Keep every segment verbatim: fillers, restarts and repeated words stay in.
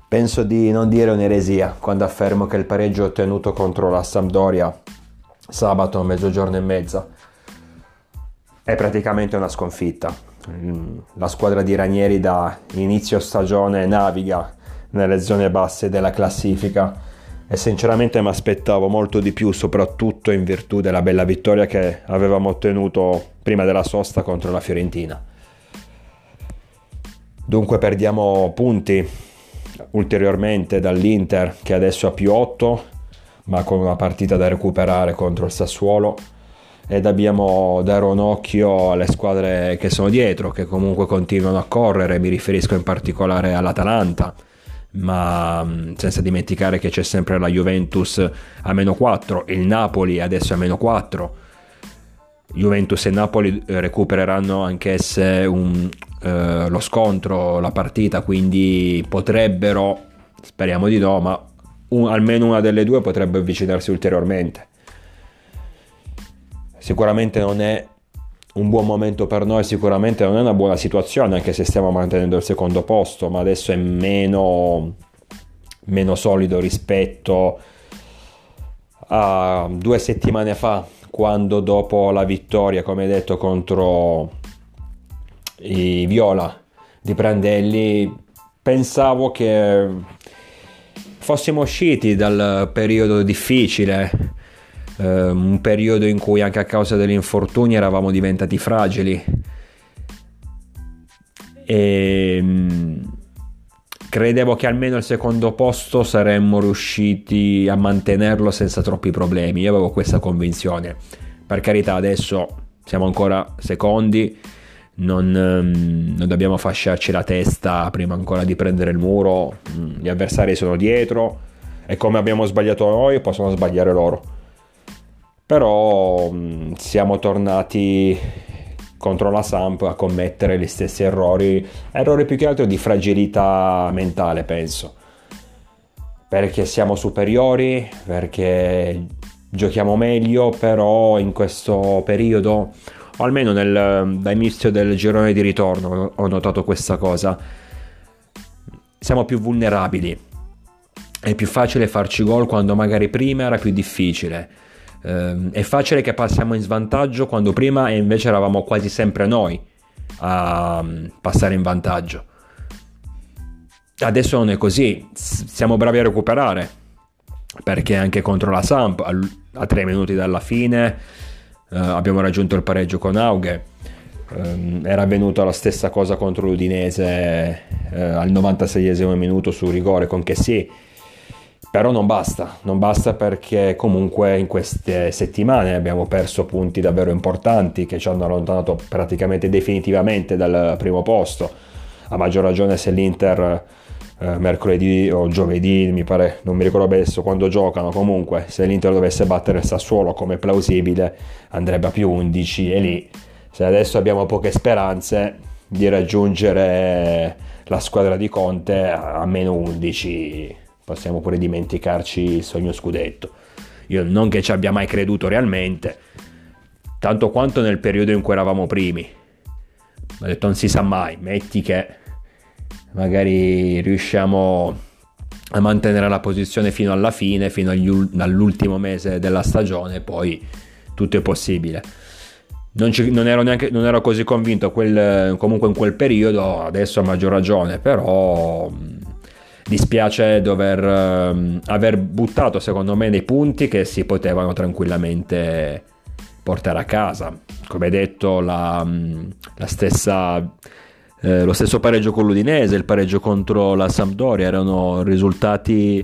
Penso di non dire un'eresia quando affermo che il pareggio ottenuto contro la Sampdoria sabato a mezzogiorno e mezza è praticamente una sconfitta. La squadra di Ranieri da inizio stagione naviga nelle zone basse della classifica e sinceramente mi aspettavo molto di più, soprattutto in virtù della bella vittoria che avevamo ottenuto prima della sosta contro la Fiorentina. Dunque perdiamo punti ulteriormente dall'Inter, che adesso ha più otto, ma con una partita da recuperare contro il Sassuolo, ed abbiamo dare un occhio alle squadre che sono dietro, che comunque continuano a correre. Mi riferisco in particolare all'Atalanta, ma senza dimenticare che c'è sempre la Juventus a meno quattro, il Napoli adesso a meno quattro. Juventus e Napoli recupereranno anch'esse un, eh, lo scontro, la partita, quindi potrebbero, speriamo di no, ma un, almeno una delle due potrebbe avvicinarsi ulteriormente. Sicuramente non è un buon momento per noi, sicuramente non è una buona situazione, anche se stiamo mantenendo il secondo posto, ma adesso è meno, meno solido rispetto a due settimane fa, quando dopo la vittoria, come detto, contro i Viola di Prandelli, pensavo che fossimo usciti dal periodo difficile, eh, un periodo in cui anche a causa degli infortuni eravamo diventati fragili, e mh, credevo che almeno il secondo posto saremmo riusciti a mantenerlo senza troppi problemi. Io avevo questa convinzione. Per carità, adesso siamo ancora secondi, non, non dobbiamo fasciarci la testa prima ancora di prendere il muro. Gli avversari sono dietro e come abbiamo sbagliato noi possono sbagliare loro. Però siamo tornati contro la Samp a commettere gli stessi errori, errori più che altro di fragilità mentale, penso, perché siamo superiori, perché giochiamo meglio, però in questo periodo, o almeno nel, dall'inizio del girone di ritorno, ho notato questa cosa, siamo più vulnerabili, è più facile farci gol quando magari prima era più difficile. Uh, è facile che passiamo in svantaggio quando prima e invece eravamo quasi sempre noi a um, passare in vantaggio. Adesso non è così, S- siamo bravi a recuperare, perché anche contro la Samp a, a tre minuti dalla fine uh, abbiamo raggiunto il pareggio con Aughe. Um, era avvenuta la stessa cosa contro l'Udinese uh, al novantaseiesimo minuto su rigore con Chessy. Però non basta, non basta perché comunque in queste settimane abbiamo perso punti davvero importanti che ci hanno allontanato praticamente definitivamente dal primo posto, a maggior ragione se l'Inter eh, mercoledì o giovedì, mi pare, non mi ricordo adesso quando giocano, comunque se l'Inter dovesse battere il Sassuolo, come plausibile, andrebbe a più undici, e lì, se adesso abbiamo poche speranze di raggiungere la squadra di Conte, a meno undici possiamo pure dimenticarci il sogno scudetto. Io non che ci abbia mai creduto realmente, tanto quanto nel periodo in cui eravamo primi. Ho detto non si sa mai, metti che magari riusciamo a mantenere la posizione fino alla fine, fino agli, all'ultimo mese della stagione, poi tutto è possibile. Non, ci, non ero neanche non ero così convinto quel, comunque in quel periodo, adesso a maggior ragione, però dispiace dover um, aver buttato secondo me dei punti che si potevano tranquillamente portare a casa. Come detto, la, la stessa eh, lo stesso pareggio con l'Udinese, il pareggio contro la Sampdoria erano risultati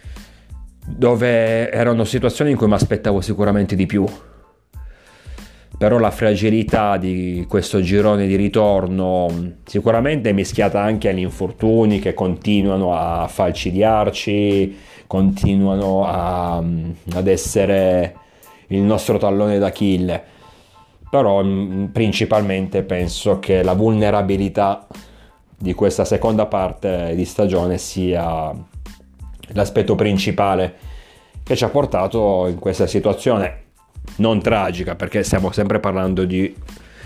dove erano situazioni in cui mi aspettavo sicuramente di più. Però la fragilità di questo girone di ritorno sicuramente è mischiata anche agli infortuni che continuano a falcidiarci, continuano a, ad essere il nostro tallone d'Achille. Però principalmente penso che la vulnerabilità di questa seconda parte di stagione sia l'aspetto principale che ci ha portato in questa situazione non tragica, perché stiamo sempre parlando di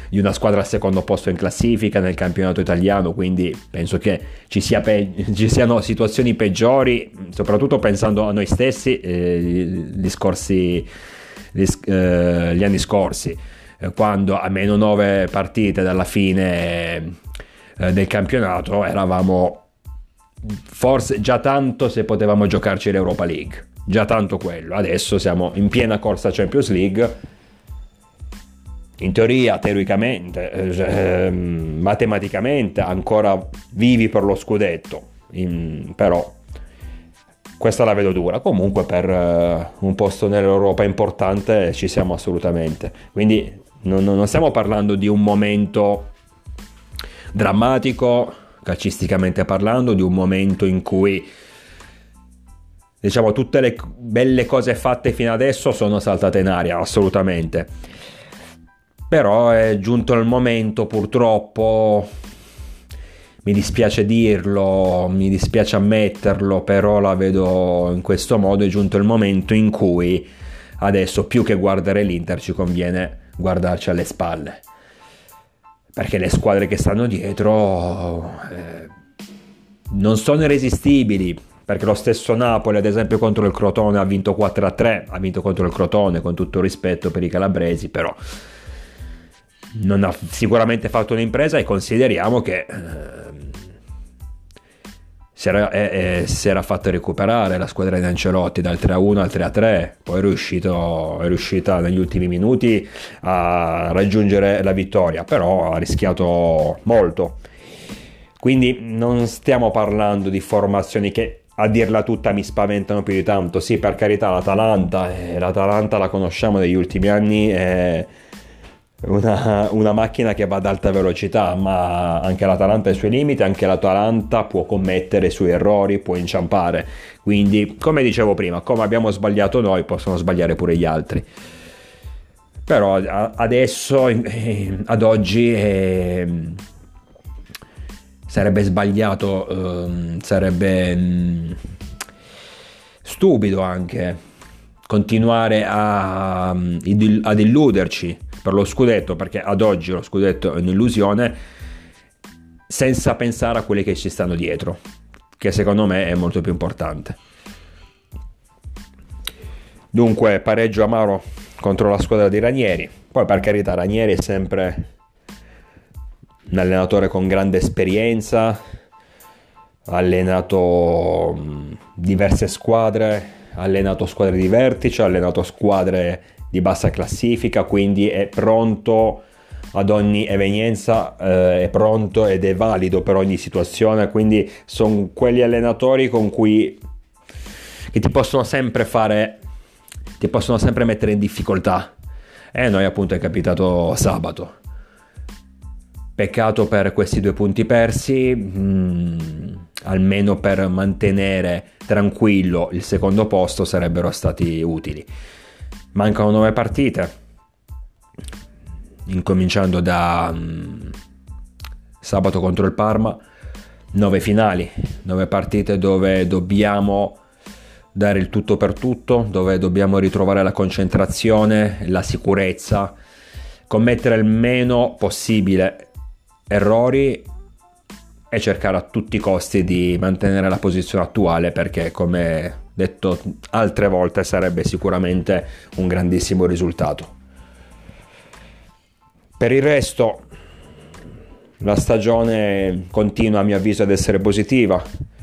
di una squadra al secondo posto in classifica nel campionato italiano, quindi penso che ci, sia pe- ci siano situazioni peggiori, soprattutto pensando a noi stessi eh, gli scorsi gli, eh, gli anni scorsi, eh, quando a meno nove partite dalla fine eh, del campionato eravamo forse già tanto se potevamo giocarci l'Europa League, già tanto quello. Adesso siamo in piena corsa Champions League, in teoria, teoricamente, eh, matematicamente ancora vivi per lo scudetto, in, però questa la vedo dura. Comunque per uh, un posto nell'Europa importante ci siamo assolutamente, quindi non, non stiamo parlando di un momento drammatico calcisticamente parlando, di un momento in cui, diciamo, tutte le belle cose fatte fino adesso sono saltate in aria, assolutamente. Però è giunto il momento, purtroppo, mi dispiace dirlo, mi dispiace ammetterlo, però la vedo in questo modo, è giunto il momento in cui adesso più che guardare l'Inter ci conviene guardarci alle spalle, perché le squadre che stanno dietro eh, non sono irresistibili, perché lo stesso Napoli ad esempio contro il Crotone ha vinto quattro a tre, ha vinto contro il Crotone, con tutto il rispetto per i calabresi, però non ha sicuramente fatto un'impresa, e consideriamo che eh, si, era, eh, eh, si era fatto recuperare la squadra di Ancelotti dal tre a uno al tre a tre, poi è, riuscito, è riuscita negli ultimi minuti a raggiungere la vittoria, però ha rischiato molto. Quindi non stiamo parlando di formazioni che, a dirla tutta, mi spaventano più di tanto. Sì, per carità, l'Atalanta, eh, l'Atalanta la conosciamo negli ultimi anni, è una, una macchina che va ad alta velocità, ma anche l'Atalanta ha i suoi limiti, anche l'Atalanta può commettere i suoi errori, può inciampare, quindi, come dicevo prima, come abbiamo sbagliato noi possono sbagliare pure gli altri. Però adesso, ad oggi, eh, sarebbe sbagliato, eh, sarebbe mh, stupido anche continuare a, ad illuderci per lo scudetto, perché ad oggi lo scudetto è un'illusione, senza pensare a quelli che ci stanno dietro, che secondo me è molto più importante. Dunque, pareggio amaro contro la squadra di Ranieri. Poi, per carità, Ranieri è sempre un allenatore con grande esperienza, ha allenato diverse squadre, ha allenato squadre di vertice, ha allenato squadre di bassa classifica, quindi è pronto ad ogni evenienza, eh, è pronto ed è valido per ogni situazione, quindi sono quegli allenatori con cui che ti possono sempre fare, ti possono sempre mettere in difficoltà, e a noi appunto è capitato sabato. Peccato per questi due punti persi, mh, almeno per mantenere tranquillo il secondo posto sarebbero stati utili. Mancano nove partite, incominciando da mh, sabato contro il Parma, nove finali, nove partite dove dobbiamo dare il tutto per tutto, dove dobbiamo ritrovare la concentrazione, la sicurezza, commettere il meno possibile errori e cercare a tutti i costi di mantenere la posizione attuale, perché, come detto altre volte, sarebbe sicuramente un grandissimo risultato. Per il resto la stagione continua, a mio avviso, ad essere positiva.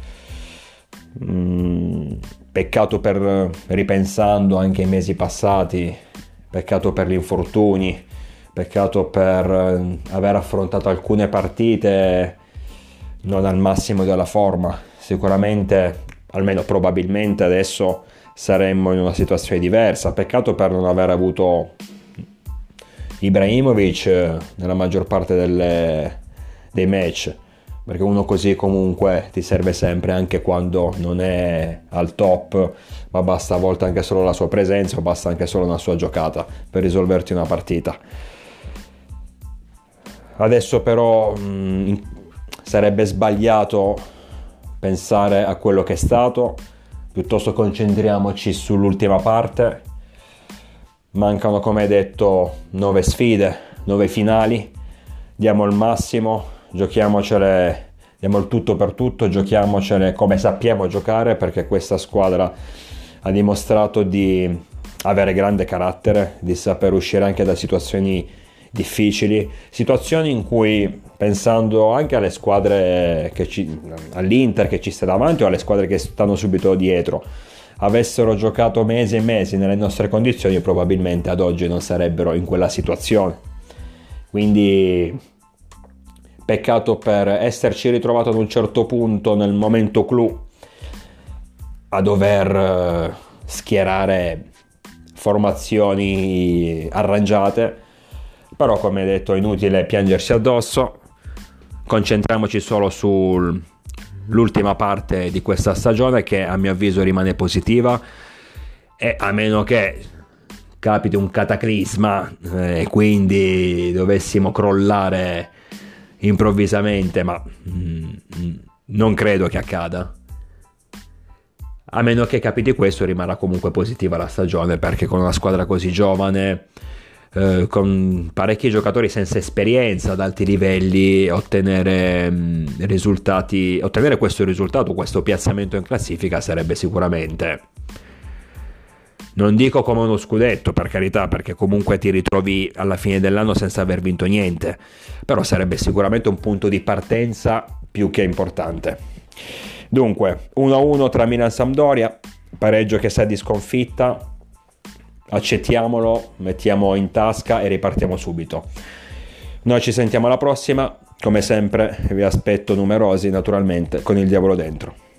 Mm, peccato per, ripensando anche ai mesi passati, peccato per gli infortuni, peccato per aver affrontato alcune partite non al massimo della forma. Sicuramente, almeno probabilmente, adesso saremmo in una situazione diversa. Peccato per non aver avuto Ibrahimovic nella maggior parte delle, dei match, perché uno così comunque ti serve sempre, anche quando non è al top, ma basta a volte anche solo la sua presenza, o basta anche solo una sua giocata per risolverti una partita. Adesso però mh, sarebbe sbagliato pensare a quello che è stato, piuttosto concentriamoci sull'ultima parte. Mancano, come detto, nove sfide, nove finali, diamo il massimo, giochiamocele, diamo il tutto per tutto, giochiamocele come sappiamo giocare, perché questa squadra ha dimostrato di avere grande carattere, di saper uscire anche da situazioni difficili, situazioni in cui, pensando anche alle squadre che ci, all'Inter che ci sta davanti o alle squadre che stanno subito dietro, avessero giocato mesi e mesi nelle nostre condizioni, probabilmente ad oggi non sarebbero in quella situazione. Quindi peccato per esserci ritrovato ad un certo punto nel momento clou a dover schierare formazioni arrangiate, però come detto è inutile piangersi addosso, concentriamoci solo sull'ultima parte di questa stagione, che a mio avviso rimane positiva, e a meno che capiti un cataclisma e eh, quindi dovessimo crollare improvvisamente, ma mm, non credo che accada. A meno che capiti questo, rimarrà comunque positiva la stagione, perché con una squadra così giovane, eh, con parecchi giocatori senza esperienza ad alti livelli, ottenere mh, risultati, ottenere questo risultato, questo piazzamento in classifica sarebbe sicuramente, non dico come uno scudetto, per carità, perché comunque ti ritrovi alla fine dell'anno senza aver vinto niente, però sarebbe sicuramente un punto di partenza più che importante. Dunque, uno a uno tra Milan e Sampdoria, pareggio che sa di sconfitta, accettiamolo, mettiamo in tasca e ripartiamo subito. Noi ci sentiamo alla prossima, come sempre vi aspetto numerosi naturalmente con il diavolo dentro.